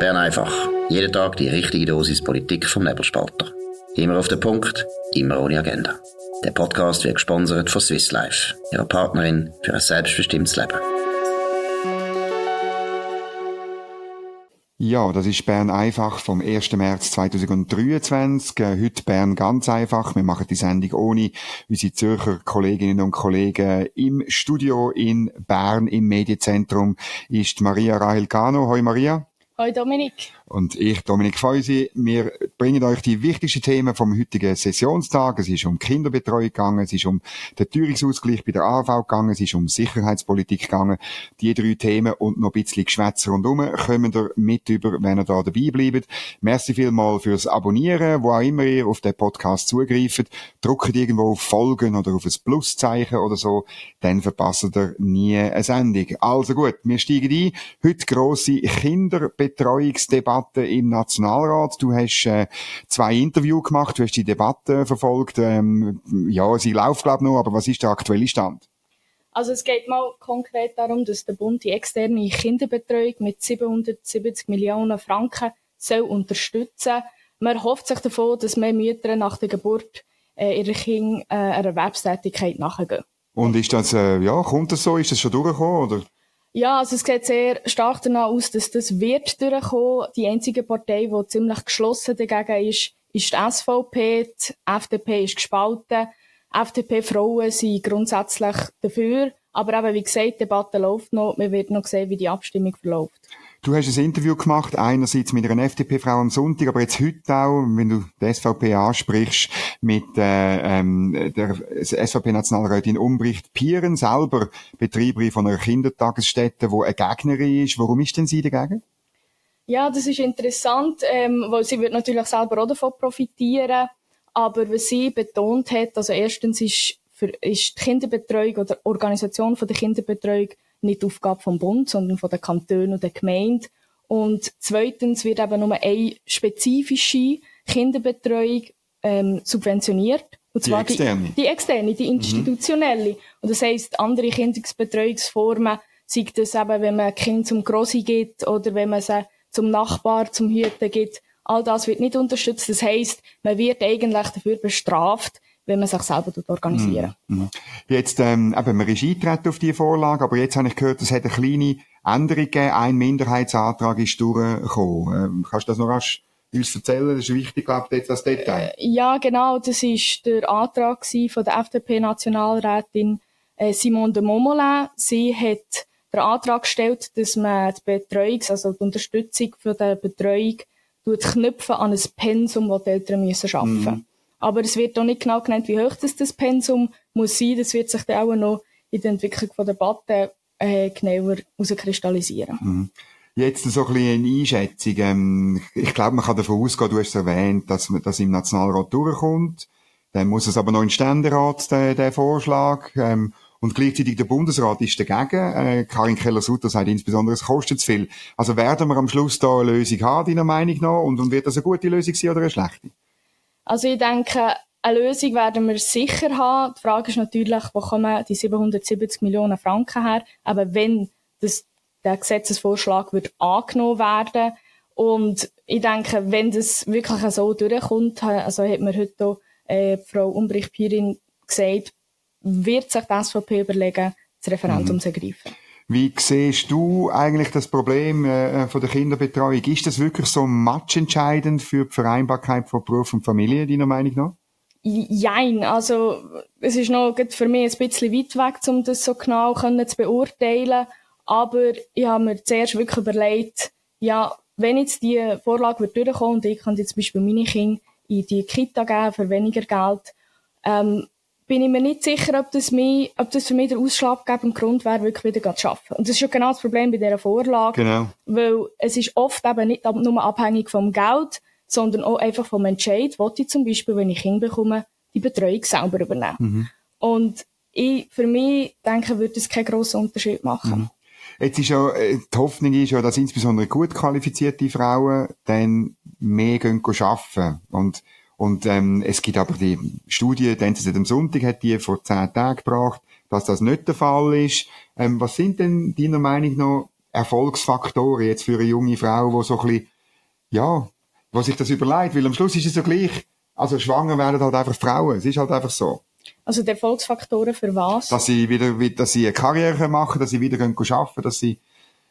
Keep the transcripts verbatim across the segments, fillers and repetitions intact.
Bern einfach. Jeden Tag die richtige Dosis Politik vom Nebelspalter. Immer auf den Punkt, immer ohne Agenda. Der Podcast wird gesponsert von Swiss Life, ihrer Partnerin für ein selbstbestimmtes Leben. Ja, das ist Bern einfach vom ersten März zweitausenddreiundzwanzig. Äh, heute Bern ganz einfach. Wir machen die Sendung ohne unsere Zürcher Kolleginnen und Kollegen. Im Studio in Bern, im Medienzentrum, ist Maria Rahel Cano. Hoi Maria. Hoi Dominik. Und ich, Dominik Feusi. Wir bringen euch die wichtigsten Themen vom heutigen Sessionstag. Es ist um Kinderbetreuung gegangen, es ist um den Teuerungsausgleich bei der A H V gegangen, es ist um Sicherheitspolitik gegangen. Die drei Themen und noch ein bisschen Geschwätz rundherum kommen ihr mit über, wenn ihr da dabei bleibt. Merci vielmals fürs Abonnieren, wo auch immer ihr auf den Podcast zugreift. Drückt irgendwo auf Folgen oder auf ein Pluszeichen oder so, dann verpasst ihr nie eine Sendung. Also gut, wir steigen ein. Heute grosse Kinderbetreuungsdebatte im Nationalrat. Du hast äh, zwei Interviews gemacht, du hast die Debatte verfolgt. Ähm, ja, sie läuft glaube ich noch, aber was ist der aktuelle Stand? Also es geht mal konkret darum, dass der Bund die externe Kinderbetreuung mit siebenhundertsiebzig Millionen Franken soll unterstützen. Man erhofft sich davon, dass mehr Mütter nach der Geburt äh, ihrer Kinder äh, einer Erwerbstätigkeit nachgehen. Und ist das, äh, ja, kommt das so? Ist das schon durchgekommen, oder? Ja, also es sieht sehr stark danach aus, dass das wird durchkommen. Die einzige Partei, die ziemlich geschlossen dagegen ist, ist die S V P. Die F D P ist gespalten. F D P-Frauen sind grundsätzlich dafür. Aber eben, wie gesagt, die Debatte läuft noch. Wir werden noch sehen, wie die Abstimmung verläuft. Du hast ein Interview gemacht, einerseits mit einer F D P-Frau am Sonntag, aber jetzt heute auch, wenn du die S V P ansprichst, mit äh, ähm, der S V P-Nationalrätin Umbricht Pieren, selber Betreiberin von einer Kindertagesstätte, die eine Gegnerin ist. Warum ist denn sie dagegen? Ja, das ist interessant, ähm, weil sie wird natürlich selber auch davon profitieren. Aber was sie betont hat, also erstens ist, für, ist die Kinderbetreuung oder die Organisation von der Kinderbetreuung nicht die Aufgabe vom Bund, sondern von den Kantonen und der Gemeinde. Und zweitens wird eben nur eine spezifische Kinderbetreuung ähm, subventioniert. Und zwar die externe? Die, die externe, die institutionelle. Mhm. Und das heisst, andere Kinderbetreuungsformen, sei das eben, wenn man ein Kind zum Grossi gibt oder wenn man sie zum Nachbar, zum Hüten gibt, all das wird nicht unterstützt. Das heisst, man wird eigentlich dafür bestraft, wenn man sich selber organisieren. Mm, mm. Jetzt, ähm, eben, man ist eingetreten auf diese Vorlage, aber jetzt habe ich gehört, es hat eine kleine Änderung gegeben. Ein Minderheitsantrag ist durchgekommen. Ähm, kannst du das noch rasch uns erzählen? Das ist wichtig, glaube ich, jetzt das Detail. Äh, ja, genau. Das war der Antrag von der F D P-Nationalrätin äh, Simone de Montmollin. Sie hat den Antrag gestellt, dass man die Betreuung, also die Unterstützung für die Betreuung knüpfen an ein Pensum, das die Eltern müssen arbeiten müssen. Mm. Aber es wird auch nicht genau genannt, wie hoch das, das Pensum muss sein. Das wird sich dann auch noch in der Entwicklung der Debatte äh, genauer herauskristallisieren. Mhm. Jetzt so ein bisschen eine Einschätzung. Ähm, ich glaube, man kann davon ausgehen, du hast es erwähnt, dass das im Nationalrat durchkommt. Dann muss es aber noch in den Ständerat, der, der Vorschlag. Ähm, und gleichzeitig der Bundesrat ist dagegen. Äh, Karin Keller-Sutter sagt insbesondere, es kostet zu viel. Also werden wir am Schluss da eine Lösung haben, deiner Meinung nach? Und, und wird das eine gute Lösung sein oder eine schlechte? Also ich denke, eine Lösung werden wir sicher haben. Die Frage ist natürlich, wo kommen die siebenhundertsiebzig Millionen Franken her? Aber wenn das, der Gesetzesvorschlag wird angenommen werden. Und ich denke, wenn das wirklich so durchkommt, also hat mir heute auch, äh, Frau Umbricht-Pieren gesagt, wird sich die S V P überlegen, das Referendum mhm. zu ergreifen. Wie siehst du eigentlich das Problem äh, von der Kinderbetreuung? Ist das wirklich so matchentscheidend für die Vereinbarkeit von Beruf und Familie, deiner Meinung nach? Jein, also es ist noch für mich ein bisschen weit weg, um das so genau zu beurteilen. Aber ich habe mir zuerst wirklich überlegt, ja, wenn jetzt die Vorlage wird durchkommen und ich kann jetzt zum Beispiel meine Kinder in die Kita geben für weniger Geld, ähm, bin ich mir nicht sicher, ob das, mich, ob das für mich der ausschlaggebende Grund wäre, wirklich wieder zu arbeiten. Und das ist ja genau das Problem bei dieser Vorlage. Genau. Weil es ist oft eben nicht nur abhängig vom Geld, sondern auch einfach vom Entscheid, wo ich zum Beispiel, wenn ich Kinder bekomme, die Betreuung selber übernehmen. Mhm. Und ich, für mich, denke, würde das keinen grossen Unterschied machen. Mhm. Jetzt ist ja, die Hoffnung ist ja, dass insbesondere gut qualifizierte Frauen dann mehr gehen arbeiten. Und Und ähm, es gibt aber die Studie, die N Z Z am Sonntag hat die vor zehn Tagen gebracht, dass das nicht der Fall ist. Ähm, was sind denn deiner Meinung nach Erfolgsfaktoren jetzt für eine junge Frau, die so ein bisschen, ja, was sich das überlegt? Weil am Schluss ist es ja gleich, also schwanger werden halt einfach Frauen. Es ist halt einfach so. Also die Erfolgsfaktoren für was? Dass sie wieder, dass sie eine Karriere machen, dass sie wieder arbeiten können, dass sie,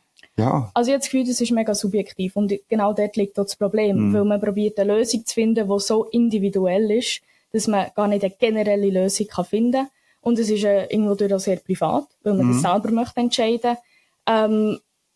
ja. Also ich habe das Gefühl, das ist mega subjektiv und genau dort liegt auch das Problem, mm. weil man probiert eine Lösung zu finden, die so individuell ist, dass man gar nicht eine generelle Lösung kann finden kann. Und es ist äh, irgendwo durch auch sehr privat, weil man mm. das selber möchte entscheiden. Ähm,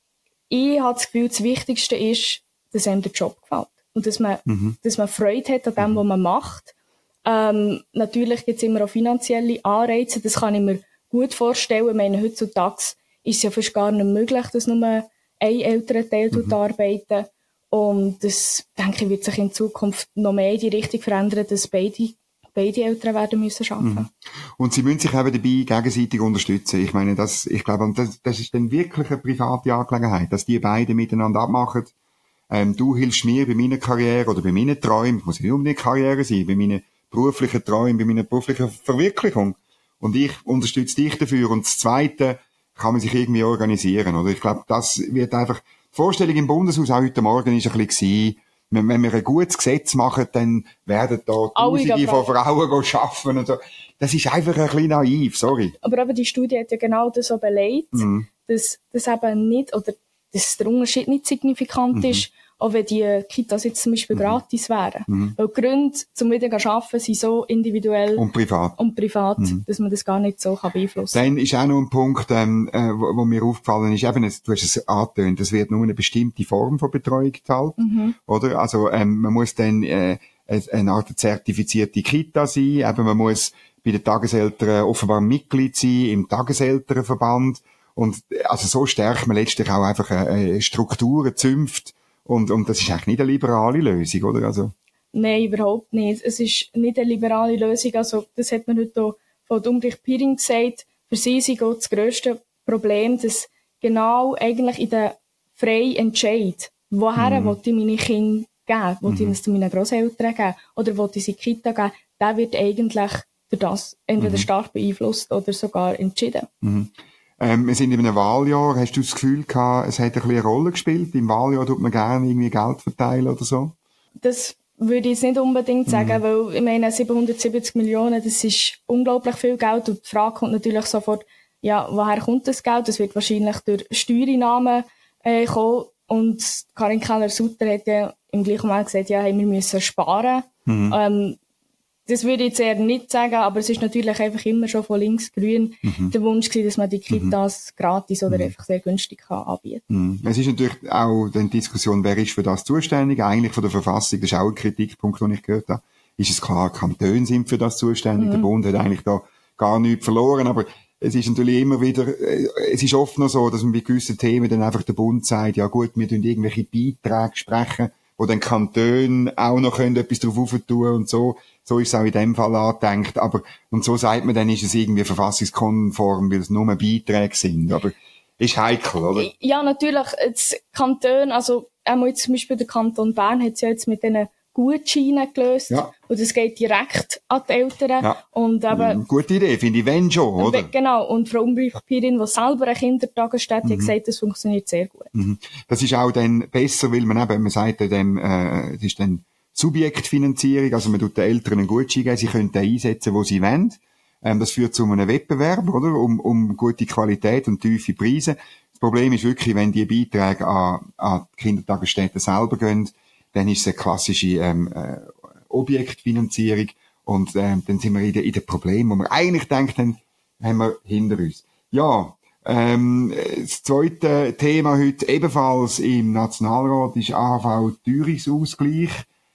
ich habe das Gefühl, das Wichtigste ist, dass einem der Job gefällt und dass man, mm-hmm. dass man Freude hat an dem, mm-hmm. was man macht. Ähm, natürlich gibt es immer auch finanzielle Anreize, das kann ich mir gut vorstellen. Ich meine, heutzutage ist es ja fast gar nicht möglich, dass nur ein Elternteil mhm. arbeiten. Und das, denke ich, wird sich in Zukunft noch mehr in die Richtung verändern, dass beide, beide Eltern werden müssen arbeiten. Mhm. Und sie müssen sich eben dabei gegenseitig unterstützen. Ich meine, das, ich glaube, das, das ist dann wirklich eine private Angelegenheit, dass die beiden miteinander abmachen. Ähm, du hilfst mir bei meiner Karriere oder bei meinen Träumen, muss nicht unbedingt Karriere sein, bei meinen beruflichen Träumen, bei meiner beruflichen Verwirklichung. Und ich unterstütze dich dafür. Und das Zweite kann man sich irgendwie organisieren, oder? Ich glaube, das wird einfach, die Vorstellung im Bundeshaus auch heute Morgen ist ein bisschen, wenn, wenn wir ein gutes Gesetz machen, dann werden da Tausende von Frauen arbeiten und so. Das ist einfach ein bisschen naiv, sorry. Aber eben die Studie hat ja genau das so belegt, mhm. dass das eben nicht, oder dass der Unterschied nicht signifikant mhm. ist, auch wenn die Kitas jetzt zum Beispiel mhm. gratis wären. Mhm. Weil die Gründe, um wieder zu arbeiten, sind so individuell und privat, und privat mhm. dass man das gar nicht so beeinflussen kann. Dann ist auch noch ein Punkt, ähm, äh, wo, wo mir aufgefallen ist, eben, du hast es angetönt, es wird nur eine bestimmte Form von Betreuung gezahlt, mhm. oder? Also ähm, man muss dann äh, eine Art zertifizierte Kita sein, eben man muss bei den Tageseltern offenbar Mitglied sein im Tageselternverband und also so stärkt man letztlich auch einfach äh, Strukturen, Zünfte. Und, und das ist eigentlich nicht eine liberale Lösung, oder? Also. Nein, überhaupt nicht. Es ist nicht eine liberale Lösung. Also, das hat man heute auch von Umbrich Piering gesagt. Für sie ist auch das grösste Problem, dass genau eigentlich in den freien Entscheid, woher mhm. will ich meine Kinder geben, will mhm. ich es meinen Grosseltern geben, oder will ich sie in die Kita geben, der wird eigentlich durch das entweder mhm. stark beeinflusst oder sogar entschieden. Mhm. Ähm, wir sind in einem Wahljahr. Hast du das Gefühl gehabt, es hat ein bisschen eine Rolle gespielt? Im Wahljahr tut man gerne irgendwie Geld verteilen oder so? Das würde ich jetzt nicht unbedingt sagen, mhm. weil ich meine, siebenhundertsiebzig Millionen, das ist unglaublich viel Geld. Und die Frage kommt natürlich sofort, ja, woher kommt das Geld? Das wird wahrscheinlich durch Steuereinnahmen äh, kommen. Und Karin Keller-Sutter hat ja im gleichen Moment gesagt, ja, hey, wir müssen sparen. Mhm. Ähm, Das würde ich jetzt eher nicht sagen, aber es ist natürlich einfach immer schon von links-grün mhm. der Wunsch gewesen, dass man die Kitas mhm. gratis oder mhm. einfach sehr günstig kann anbieten kann. Mhm. Es ist natürlich auch die Diskussion, wer ist für das zuständig? Eigentlich von der Verfassung, das ist auch ein Kritikpunkt, den ich gehört habe. Ist es klar, Kantone sind für das zuständig. Mhm. Der Bund hat eigentlich da gar nichts verloren, aber es ist natürlich immer wieder, es ist oft noch so, dass man bei gewissen Themen dann einfach der Bund sagt, ja gut, wir tun irgendwelche Beiträge sprechen, wo dann Kantone auch noch können etwas drauf aufentun und so. So ist es auch in dem Fall angedenkt. Aber, und so sagt man dann, ist es irgendwie verfassungskonform, weil es nur Beiträge sind. Aber, ist heikel, oder? Ja, natürlich. Das Kanton, also, auch jetzt zum Beispiel der Kanton Bern hat es ja jetzt mit diesen Gutscheinen gelöst. Ja. Und das geht direkt an die Eltern. Ja. Und eben, gute Idee, finde ich, wenn schon, oder? Genau. Und Frau Umbrich-Piering, die selber eine Kindertagesstätte mhm. hat gesagt, das funktioniert sehr gut. Mhm. Das ist auch dann besser, weil man eben, man sagt dem, äh, es ist dann Subjektfinanzierung, also man tut den Eltern einen Gutschein geben, sie können den einsetzen, wo sie wollen. Ähm, das führt zu einem Wettbewerb, oder? Um, um gute Qualität und tiefe Preise. Das Problem ist wirklich, wenn die Beiträge an, an die Kindertagesstätten selber gehen, dann ist es eine klassische ähm, äh, Objektfinanzierung und ähm, dann sind wir in den in den Problemen, wo wir eigentlich denken, haben wir hinter uns. Ja, ähm, das zweite Thema heute ebenfalls im Nationalrat ist A H V-Teuerungsausgleich.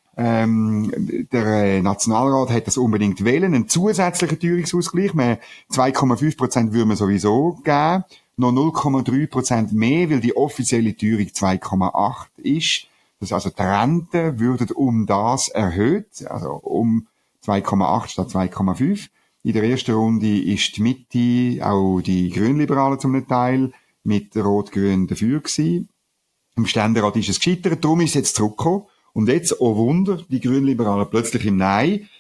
Ähm, der äh, Nationalrat hat das unbedingt wählen, einen zusätzlichen Teuerungsausgleich. zwei Komma fünf Prozent würde man sowieso geben, noch null Komma drei Prozent mehr, weil die offizielle Teuerung zwei Komma acht ist. Das also die Renten würden um das erhöht, also um zwei Komma acht statt zwei Komma fünf. In der ersten Runde ist die Mitte, auch die Grünliberalen zum Teil, mit Rot-Grün dafür gewesen. Im Ständerat ist es gescheitert, darum ist es jetzt zurückgekommen. Und jetzt, oh Wunder, die Grünliberalen plötzlich im Nein.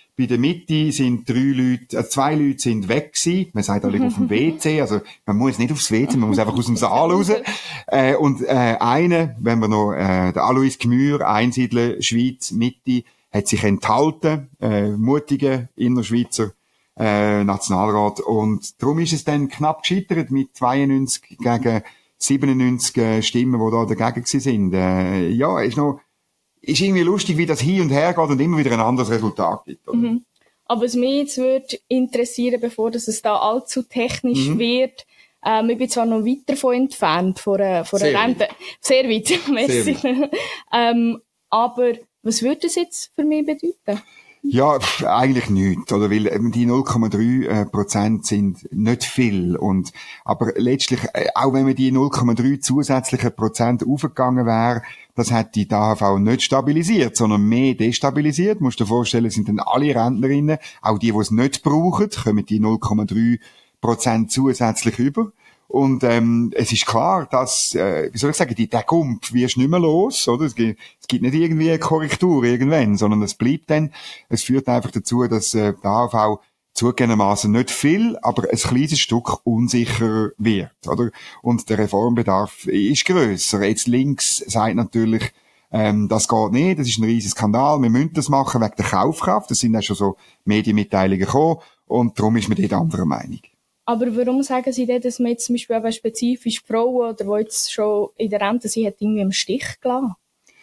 Bei der Mitte sind drei Leute, äh, zwei Leute sind weg gewesen. Man sagt alle auf dem W C, also man muss nicht aufs W C, man muss einfach aus dem Saal raus. Äh, und äh, einer, wenn wir noch, äh, der Alois Gmür, Einsiedler, Schweiz, Mitte, hat sich enthalten, äh, mutiger Innerschweizer äh, Nationalrat. Und darum ist es dann knapp gescheitert mit zweiundneunzig gegen siebenundneunzig äh, Stimmen, die da dagegen gewesen sind. Äh, ja, ist noch, ist irgendwie lustig, wie das hin und her geht und immer wieder ein anderes Resultat gibt. Oder? Mhm. Aber was mich jetzt würde interessieren, bevor dass es da allzu technisch mhm. wird, ähm, ich bin zwar noch weit davon entfernt, von einer, von einer Rente. Weit. Sehr weit, merci. Sehr weit. ähm, aber was würde das jetzt für mich bedeuten? Ja, eigentlich nichts, oder? Weil die null Komma drei Prozent sind nicht viel. Und, aber letztlich, auch wenn man die null Komma drei zusätzlichen Prozent aufgegangen wäre, das hat die A H V nicht stabilisiert, sondern mehr destabilisiert. Du musst dir vorstellen, sind dann alle Rentnerinnen, auch die, die es nicht brauchen, kommen die null Komma drei Prozent zusätzlich über. Und ähm, es ist klar, dass, äh, wie soll ich sagen, die, der Gump wirst nicht mehr los, oder? Es gibt, es gibt nicht irgendwie eine Korrektur irgendwann, sondern es bleibt dann. Es führt einfach dazu, dass äh, die A H V zugegebenermaßen nicht viel, aber ein kleines Stück unsicher wird, oder? Und der Reformbedarf ist grösser. Jetzt links sagt natürlich, ähm, das geht nicht, das ist ein riesiger Skandal, wir müssen das machen wegen der Kaufkraft. Das sind ja schon so Medienmitteilungen gekommen und darum ist man dort anderer Meinung. Aber warum sagen Sie denn, dass man jetzt zum Beispiel eben spezifisch Frauen, oder die jetzt schon in der Rente sind, hat irgendwie im Stich gelassen?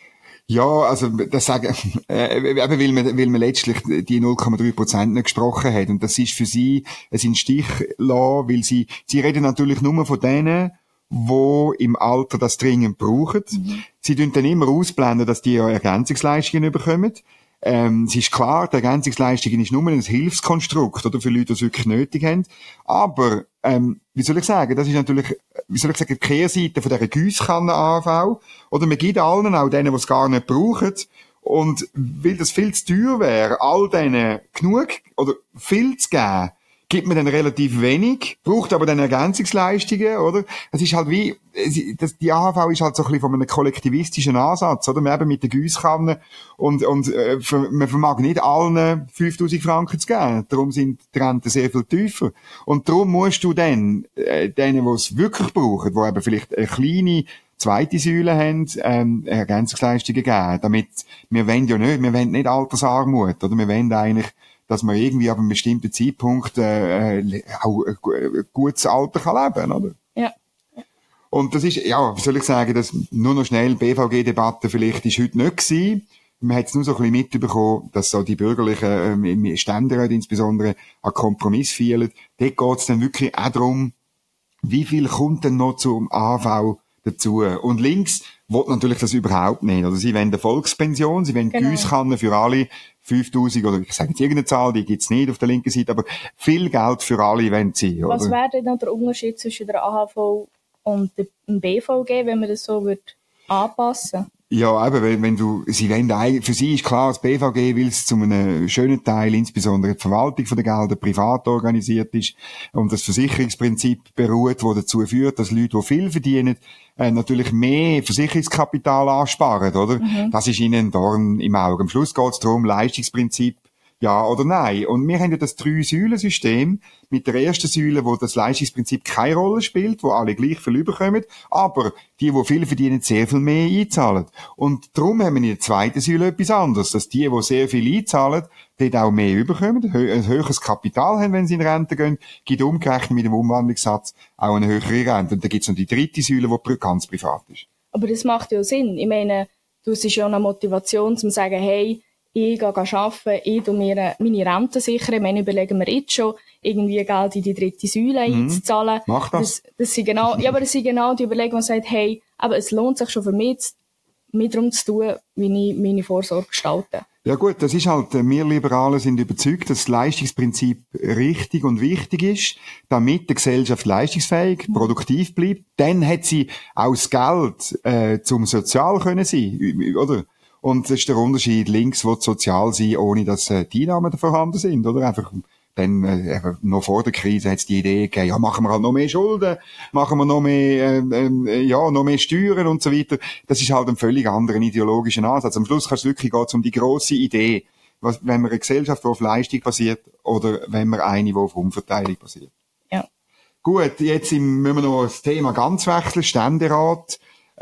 Ja, also, das sagen, äh, eben, weil man, weil man letztlich die null Komma drei Prozent nicht gesprochen hat. Und das ist für sie ein Stich lassen, weil sie, sie reden natürlich nur von denen, die im Alter das dringend brauchen. Mhm. Sie tun dann immer ausblenden, dass die ja Ergänzungsleistungen bekommen. Ähm, es ist klar, die Ergänzungsleistungen ist nur ein Hilfskonstrukt, oder, für Leute, die es wirklich nötig haben. Aber, ähm, wie soll ich sagen, das ist natürlich, wie soll ich sagen, die Kehrseite von dieser Giesskanne-A H V. Oder man gibt allen, auch denen, die es gar nicht brauchen. Und weil das viel zu teuer wäre, all denen genug, oder viel zu geben, gibt man dann relativ wenig, braucht aber dann Ergänzungsleistungen, oder? Es ist halt wie, das, die A H V ist halt so ein bisschen von einem kollektivistischen Ansatz, oder? Wir haben mit der Giesskanne und, und, äh, man vermag nicht allen fünftausend Franken zu geben. Darum sind die Renten sehr viel tiefer. Und darum musst du dann, äh, denen, die es wirklich brauchen, die eben vielleicht eine kleine zweite Säule haben, ähm, Ergänzungsleistungen geben. Damit, wir wollen ja nicht, wir wollen nicht Altersarmut, oder? Wir wollen eigentlich, dass man irgendwie ab einem bestimmten Zeitpunkt äh, auch ein gutes Alter kann leben, oder? Ja. Und das ist, ja, wie soll ich sagen, dass nur noch schnell B V G-Debatte vielleicht ist heute nicht gewesen. Man hat es nur so ein bisschen mitbekommen, dass so die bürgerlichen ähm, Ständeräte insbesondere an Kompromiss fielen. Dort geht es dann wirklich auch darum, wie viel kommt denn noch zum A H V dazu? Und links will natürlich das überhaupt nicht. Oder sie wollen eine Volkspension, sie wollen genau. Giesskanne für alle, fünftausend, oder ich sage jetzt irgendeine Zahl, die gibt's nicht auf der linken Seite, aber viel Geld für alle wollen sie, oder? Was wäre denn noch der Unterschied zwischen der A H V und dem B V G, wenn man das so würde anpassen? Ja, eben, wenn, wenn du, sie wollen eigentlich, für sie ist klar, das B V G will es zu einem schönen Teil, insbesondere die Verwaltung von den Geldern, privat organisiert ist und das Versicherungsprinzip beruht, das dazu führt, dass Leute, die viel verdienen, äh, natürlich mehr Versicherungskapital ansparen, oder? Mhm. Das ist ihnen ein Dorn im Auge. Am Schluss geht es darum, Leistungsprinzip, ja oder nein. Und wir haben ja das Drei-Säulen-System mit der ersten Säule, wo das Leistungsprinzip keine Rolle spielt, wo alle gleich viel überkommen, aber die, die viel verdienen, sehr viel mehr einzahlen. Und darum haben wir in der zweiten Säule etwas anderes, dass die, die sehr viel einzahlen, dort auch mehr überkommen, ein höheres Kapital haben, wenn sie in Rente gehen, gibt umgerechnet mit dem Umwandlungssatz auch eine höhere Rente. Und dann gibt es noch die dritte Säule, die ganz privat ist. Aber das macht ja Sinn. Ich meine, du hast ja eine Motivation, um zu sagen, hey, ich gehe arbeiten, ich tue mir meine Rente sichern. Ich meine, überlegen wir jetzt schon, irgendwie Geld in die dritte Säule mhm. einzuzahlen. Mach das. Das, das sind genau, ja, aber das sind genau die Überlegungen, die sagt, hey, aber es lohnt sich schon für mich, mit darum zu tun, wie ich meine Vorsorge gestalte. Ja gut, das ist halt, wir Liberalen sind überzeugt, dass das Leistungsprinzip richtig und wichtig ist, damit die Gesellschaft leistungsfähig, mhm. produktiv bleibt. Dann hat sie auch das Geld äh, zum sozial können sein, oder? Und das ist der Unterschied. Links will sozial sein, ohne dass äh, die Einnahmen vorhanden sind, oder? Einfach, dann, äh, noch vor der Krise hat es die Idee gegeben, ja, machen wir halt noch mehr Schulden, machen wir noch mehr, äh, äh, ja, noch mehr Steuern und so weiter. Das ist halt ein völlig anderer ideologischer Ansatz. Am Schluss kannst du wirklich gehen um die grosse Idee. was, wenn wir eine Gesellschaft, die auf Leistung basiert, oder wenn wir eine, die auf Umverteilung basiert. Ja. Gut, jetzt müssen wir noch das Thema ganz wechseln, Ständerat.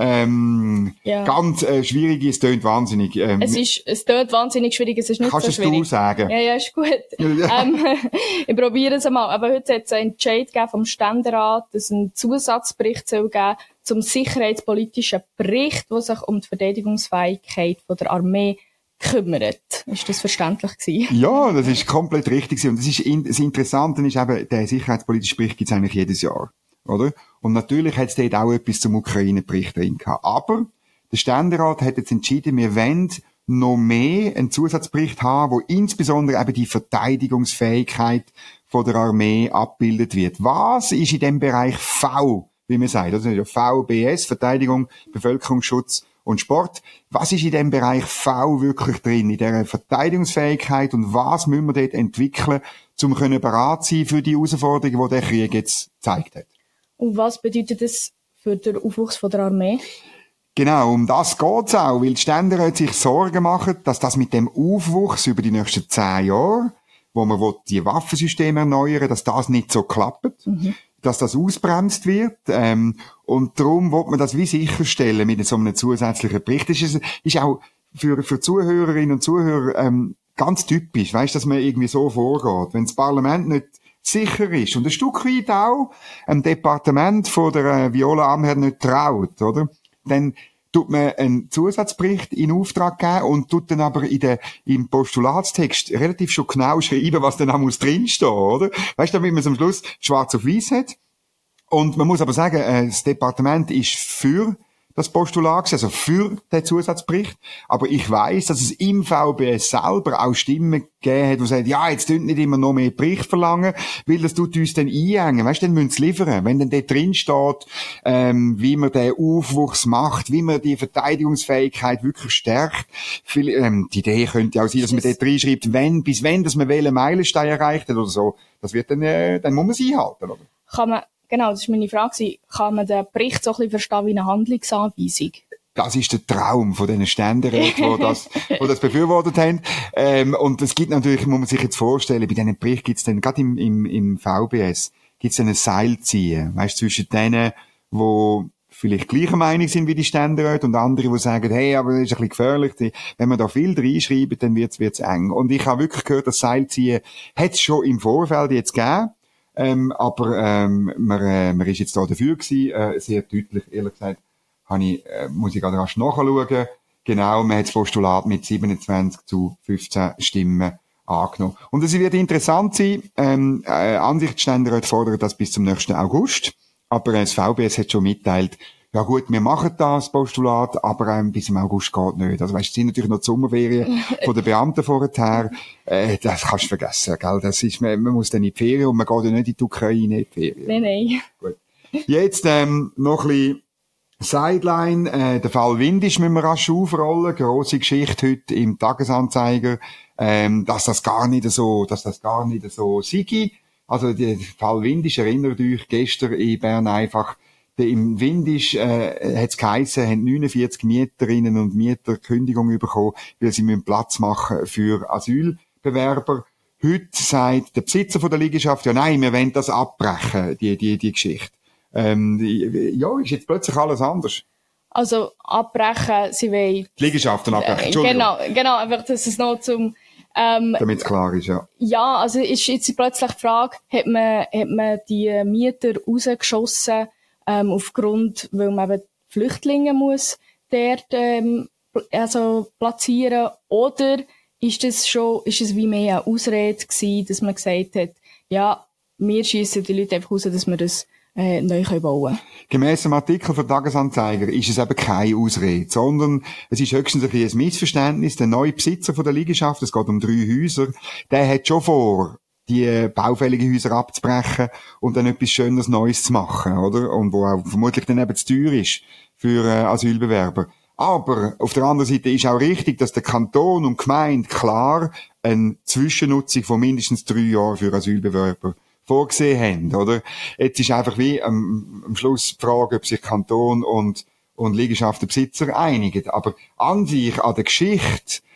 Ähm, ja. Ganz äh, schwierig, es tönt wahnsinnig. Ähm, es ist, es tönt wahnsinnig schwierig, es ist nicht so schwierig. Kannst du sagen? Ja, ja, ist gut. ähm, ich probiere es einmal. Aber heute hat es einen Entscheid gegeben vom Ständerat, dass es einen Zusatzbericht soll geben zum sicherheitspolitischen Bericht, der sich um die Verteidigungsfähigkeit von der Armee kümmert. Ist das verständlich gewesen? Ja, das ist komplett richtig gewesen. Und das ist in, das Interessante ist eben, der sicherheitspolitische Bericht gibt es eigentlich jedes Jahr. Oder? Und natürlich hat es dort auch etwas zum Ukraine-Bericht drin gehabt. Aber der Ständerat hat jetzt entschieden, wir wollen noch mehr einen Zusatzbericht haben, wo insbesondere eben die Verteidigungsfähigkeit von der Armee abgebildet wird. Was ist in dem Bereich V, wie man sagt, also V B S, Verteidigung, Bevölkerungsschutz und Sport. Was ist in dem Bereich V wirklich drin, in dieser Verteidigungsfähigkeit, und was müssen wir dort entwickeln, um bereit zu sein für die Herausforderungen, die der Krieg jetzt gezeigt hat? Und was bedeutet das für den Aufwuchs von der Armee? Genau, um das geht's auch, weil die Ständeräte sich Sorgen machen, dass das mit dem Aufwuchs über die nächsten zehn Jahre, wo man die Waffensysteme erneuern, dass das nicht so klappt, mhm. dass das ausbremst wird, ähm, und darum will man das wie sicherstellen mit so einem zusätzlichen Bericht. Das ist, ist auch für, für Zuhörerinnen und Zuhörer ähm, ganz typisch, weißt, dass man irgendwie so vorgeht. Wenn das Parlament nicht sicher ist und ein Stück weit auch ein Departement von der äh, Viola Amherd nicht traut, oder? Dann tut man einen Zusatzbericht in Auftrag geben und tut dann aber in der, im Postulatstext relativ schon genau schreiben, was dann auch muss drinstehen, oder? Weißt du, damit man es am Schluss schwarz auf weiß hat. Und man muss aber sagen, äh, das Departement ist für das Postulat, also für den Zusatzbericht. Aber ich weiss, dass es im V B S selber auch Stimmen gegeben hat, die sagen, ja, jetzt dürfen nicht immer noch mehr Bericht verlangen, weil das tut uns dann einhängen. Weißt du, dann müssen sie liefern. Wenn dann dort drin steht, ähm, wie man den Aufwuchs macht, wie man die Verteidigungsfähigkeit wirklich stärkt. Viel, ähm, die Idee könnte auch sein, dass man dort reinschreibt, wenn, bis wenn, dass man welchen Meilenstein erreicht hat oder so. Das wird dann, äh, dann muss man es einhalten, oder? Kann man Genau, das war meine Frage. Kann man den Bericht so ein bisschen verstehen wie eine Handlungsanweisung? Das ist der Traum von diesen Ständeräten, die das, die das befürwortet haben. Ähm, und es gibt natürlich, muss man sich jetzt vorstellen, bei diesen Bericht gibt es dann, gerade im, im, im V B S, gibt es dann ein Seilziehen, weißt, zwischen denen, die vielleicht gleicher Meinung sind wie die Ständeräte und andere, die sagen, hey, aber das ist ein bisschen gefährlich, die, wenn man da viel reinschreibt, dann wird's, wird's eng. Und ich habe wirklich gehört, das Seilziehen hat es schon im Vorfeld jetzt gegeben. Ähm, aber ähm, man, äh, man ist jetzt da dafür gewesen, äh, sehr deutlich, ehrlich gesagt, habe ich, äh, muss ich gerade rasch nachschauen. Genau, man hat das Postulat mit siebenundzwanzig zu fünfzehn Stimmen angenommen. Und es wird interessant sein, ähm, äh, Ansichtsständeräte fordern das bis zum nächsten August, aber äh, das V B S hat schon mitteilt, ja gut, wir machen das Postulat, aber ähm, bis im August geht nicht. Also weißt, es sind natürlich noch die Sommerferien von den Beamten vorher. Äh, das kannst du vergessen, gell? Das ist, man, man muss dann in die Ferien und man geht ja nicht in die Ukraine in die Ferien. Nein, nein. Gut. Jetzt ähm, noch ein bisschen Sideline. Äh, der Fall Windisch müssen wir rasch aufrollen. Grosse Geschichte heute im Tagesanzeiger, ähm, dass das gar nicht so, dass das gar nicht so sei. Also der Fall Windisch, erinnert euch, gestern in Bern einfach, im Windisch äh, hat es geheissen, haben neunundvierzig Mieterinnen und Mieter Kündigung bekommen, weil sie müssen Platz machen für Asylbewerber. Heute sagt der Besitzer von der Liegenschaft, ja nein, wir wollen das abbrechen, die, die, die Geschichte. Ähm, ja, ist jetzt plötzlich alles anders. Also abbrechen, sie wollen... Die Liegenschaften abbrechen, Entschuldigung. Genau, genau, einfach, dass es noch zum... Ähm, damit es klar ist, ja. Ja, also ist jetzt plötzlich die Frage, hat man, hat man die Mieter rausgeschossen, Ähm, aufgrund, weil man eben Flüchtlinge muss dort, ähm, also platzieren, oder ist das schon, ist es wie mehr eine Ausrede gewesen, dass man gesagt hat, ja, wir schiessen die Leute einfach raus, dass wir das, äh, neu bauen können? Gemäss dem Artikel von Tagesanzeiger ist es eben keine Ausrede, sondern es ist höchstens ein bisschen ein Missverständnis. Der neue Besitzer von der Liegenschaft, es geht um drei Häuser, der hat schon vor, die baufälligen Häuser abzubrechen und dann etwas Schönes Neues zu machen, oder? Und wo auch vermutlich dann eben zu teuer ist für äh, Asylbewerber. Aber auf der anderen Seite ist auch richtig, dass der Kanton und die Gemeinde klar eine Zwischennutzung von mindestens drei Jahren für Asylbewerber vorgesehen haben, oder? Jetzt ist einfach wie am, am Schluss die Frage, ob sich Kanton und, und Liegenschaftenbesitzer einigen. Aber an sich, an der Geschichte,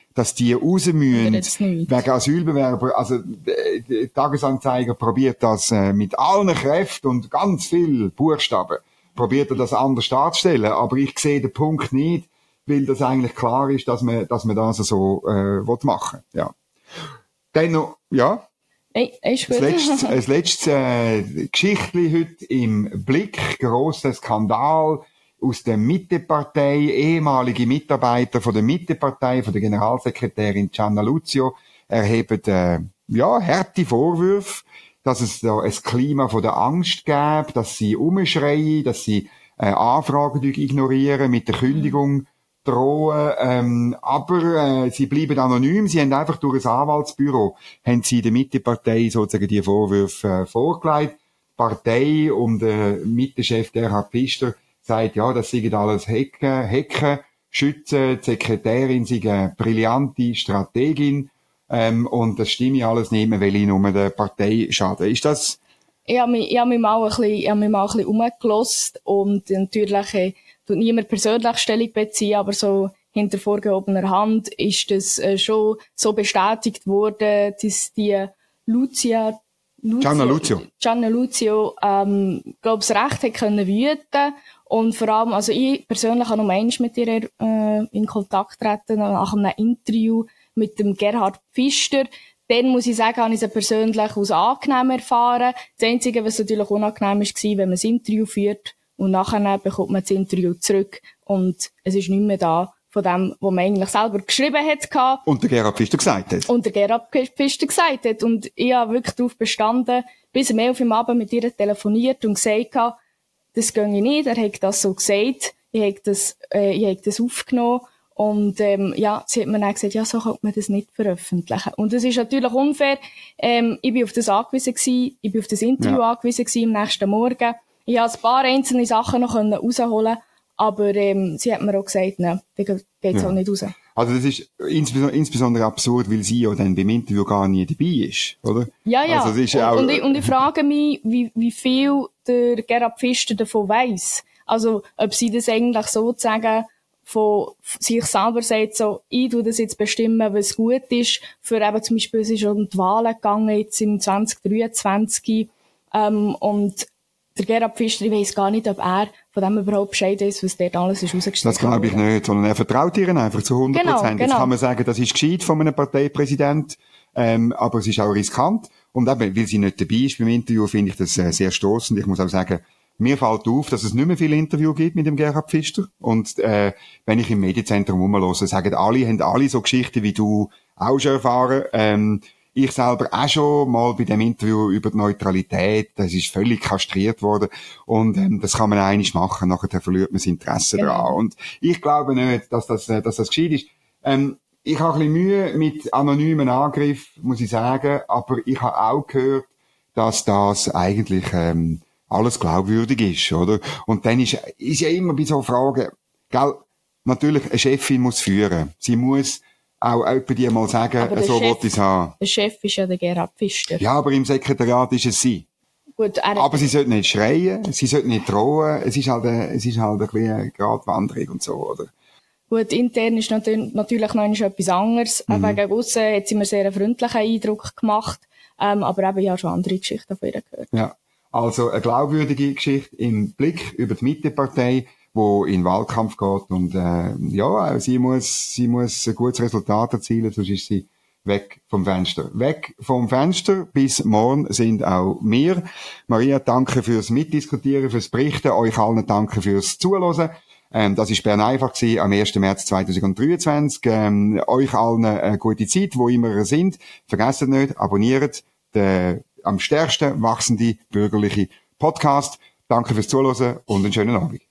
dass die raus müssen, wegen Asylbewerber. Also, die Tagesanzeiger probiert das äh, mit allen Kräften und ganz viel Buchstaben, probiert er das anders darzustellen. Aber ich sehe den Punkt nicht, weil das eigentlich klar ist, dass man, dass man das so, äh, machen will. Ja. Dann noch, ja. Hey, ist gut. Das letzte, das letzte äh, Geschichtli heute im Blick, grosser Skandal aus der Mittepartei, ehemalige Mitarbeiter von der Mittepartei, von der Generalsekretärin Gianna Luzio, erheben äh, ja harte Vorwürfe, dass es da ein Klima von der Angst gäbe, dass sie umschreien, dass sie äh, Anfragen ignorieren, mit der Kündigung drohen, ähm, aber äh, sie bleiben anonym, sie haben einfach durch ein Anwaltsbüro, haben sie der Mittepartei sozusagen die Vorwürfe äh, vorgelegt. Die Partei um den Mittechef Gerhard Pfister sagt, ja, das sei alles Hecken, Hecken, Schützen, die Sekretärin sei eine brillante Strategin, ähm, und das stimme alles nicht mehr, weil ich nur der Partei schade. Ist das? Ich habe mich, ich habe mich mal ein bisschen, ich habe mich mal ein bisschen umgelost und natürlich äh, tut niemand persönlich Stellung beziehen, aber so hinter vorgehobener Hand ist das äh, schon so bestätigt worden, dass die Lucia, Lucia Gianna Luzio, Gianna Luzio, ähm, glaube ich, Recht hat können wüten. Und vor allem, also ich persönlich habe noch einmal mit ihr äh, in Kontakt treten nach einem Interview mit dem Gerhard Pfister. Dann muss ich sagen, habe ich sie persönlich als angenehm erfahren. Das Einzige, was natürlich unangenehm ist, war, wenn man das Interview führt und nachher bekommt man das Interview zurück und es ist nicht mehr da von dem, was man eigentlich selber geschrieben hat. Und der Gerhard Pfister gesagt hat. Und der Gerhard Pfister gesagt hat. Und ich habe wirklich darauf bestanden, bis um elf Uhr am Abend mit ihr telefoniert und gesagt habe, das gehe ich nicht, er hat das so gesagt, ich habe das, äh, ich habe das aufgenommen und ähm, ja, sie hat mir dann gesagt, ja, so könnte man das nicht veröffentlichen. Und das ist natürlich unfair, ähm, ich bin auf das angewiesen gewesen, ich bin auf das Interview ja. angewiesen gewesen am nächsten Morgen, ich konnte ein paar einzelne Sachen noch rausholen, aber ähm, sie hat mir auch gesagt, nein, da geht es ja. auch nicht raus. Also das ist insbesondere, insbesondere absurd, weil sie ja dann beim Interview gar nie dabei ist, oder? Ja, ja. Also, das ist und, auch, und, ich, und ich frage mich, wie, wie viel der Gerhard Pfister davon weiss. Also, ob sie das eigentlich sozusagen von sich selber sagt, so, ich tu das jetzt bestimmen, was gut ist, für eben zum Beispiel, es ist um die Wahlen gegangen, jetzt im zwanzig dreiundzwanzig, ähm, und der Gerhard Pfister, ich weiss gar nicht, ob er von dem überhaupt Bescheid ist, was dort alles ist rausgestellt. Das glaube ich nicht, sondern er vertraut ihr einfach zu hundert Prozent. Genau, genau. Jetzt kann man sagen, das ist gescheit von einem Parteipräsident, ähm, aber es ist auch riskant. Und eben, weil sie nicht dabei ist beim Interview, finde ich das äh, sehr stossend. Ich muss auch sagen, mir fällt auf, dass es nicht mehr viele Interviews gibt mit dem Gerhard Pfister. Und äh, wenn ich im Medienzentrum rumhöre, sagen alle, haben alle so Geschichten wie du auch schon erfahren. Ähm, Ich selber auch schon mal bei dem Interview über die Neutralität, das ist völlig kastriert worden und ähm, das kann man eigentlich machen, nachher verliert man das Interesse genau. daran. Und ich glaube nicht, dass das, dass das gescheit ist. Ähm, ich habe ein bisschen Mühe mit anonymen Angriffen, muss ich sagen, aber ich habe auch gehört, dass das eigentlich ähm, alles glaubwürdig ist, oder? Und dann ist, ist ja immer bei so Fragen, gell, natürlich, eine Chefin muss führen. Sie muss auch jemand die mal sagen, so wollte ich es haben. Der Chef ist ja der Gerhard Pfister. Ja, aber im Sekretariat ist es sie. Gut, er aber sie sollte nicht schreien, sie sollte nicht drohen, es ist halt, ein, es ist halt ein bisschen eine Gratwanderung und so, oder? Gut, intern ist natürlich noch etwas anderes. Mhm. Wegen aussen hat sie mir sehr einen freundlichen Eindruck gemacht, ähm, aber eben ja schon andere Geschichten von ihr gehört. Ja, also eine glaubwürdige Geschichte im Blick über die Mittepartei, wo in den Wahlkampf geht und äh, ja, sie muss sie muss ein gutes Resultat erzielen, sonst ist sie weg vom Fenster. Weg vom Fenster, bis morgen sind auch wir. Maria, danke fürs Mitdiskutieren, fürs Berichten, euch allen danke fürs Zuhören. Ähm, das ist Bern einfach gewesen, am ersten März zweitausenddreiundzwanzig. Ähm, euch allen eine gute Zeit, wo immer ihr sind. Vergesst nicht, abonniert den am stärksten wachsende bürgerliche Podcast. Danke fürs Zuhören und einen schönen Abend.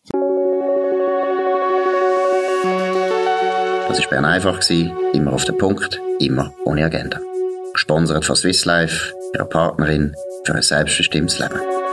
Das war Bern einfach, immer auf den Punkt, immer ohne Agenda. Gesponsert von Swiss Life, ihrer Partnerin für ein selbstbestimmtes Leben.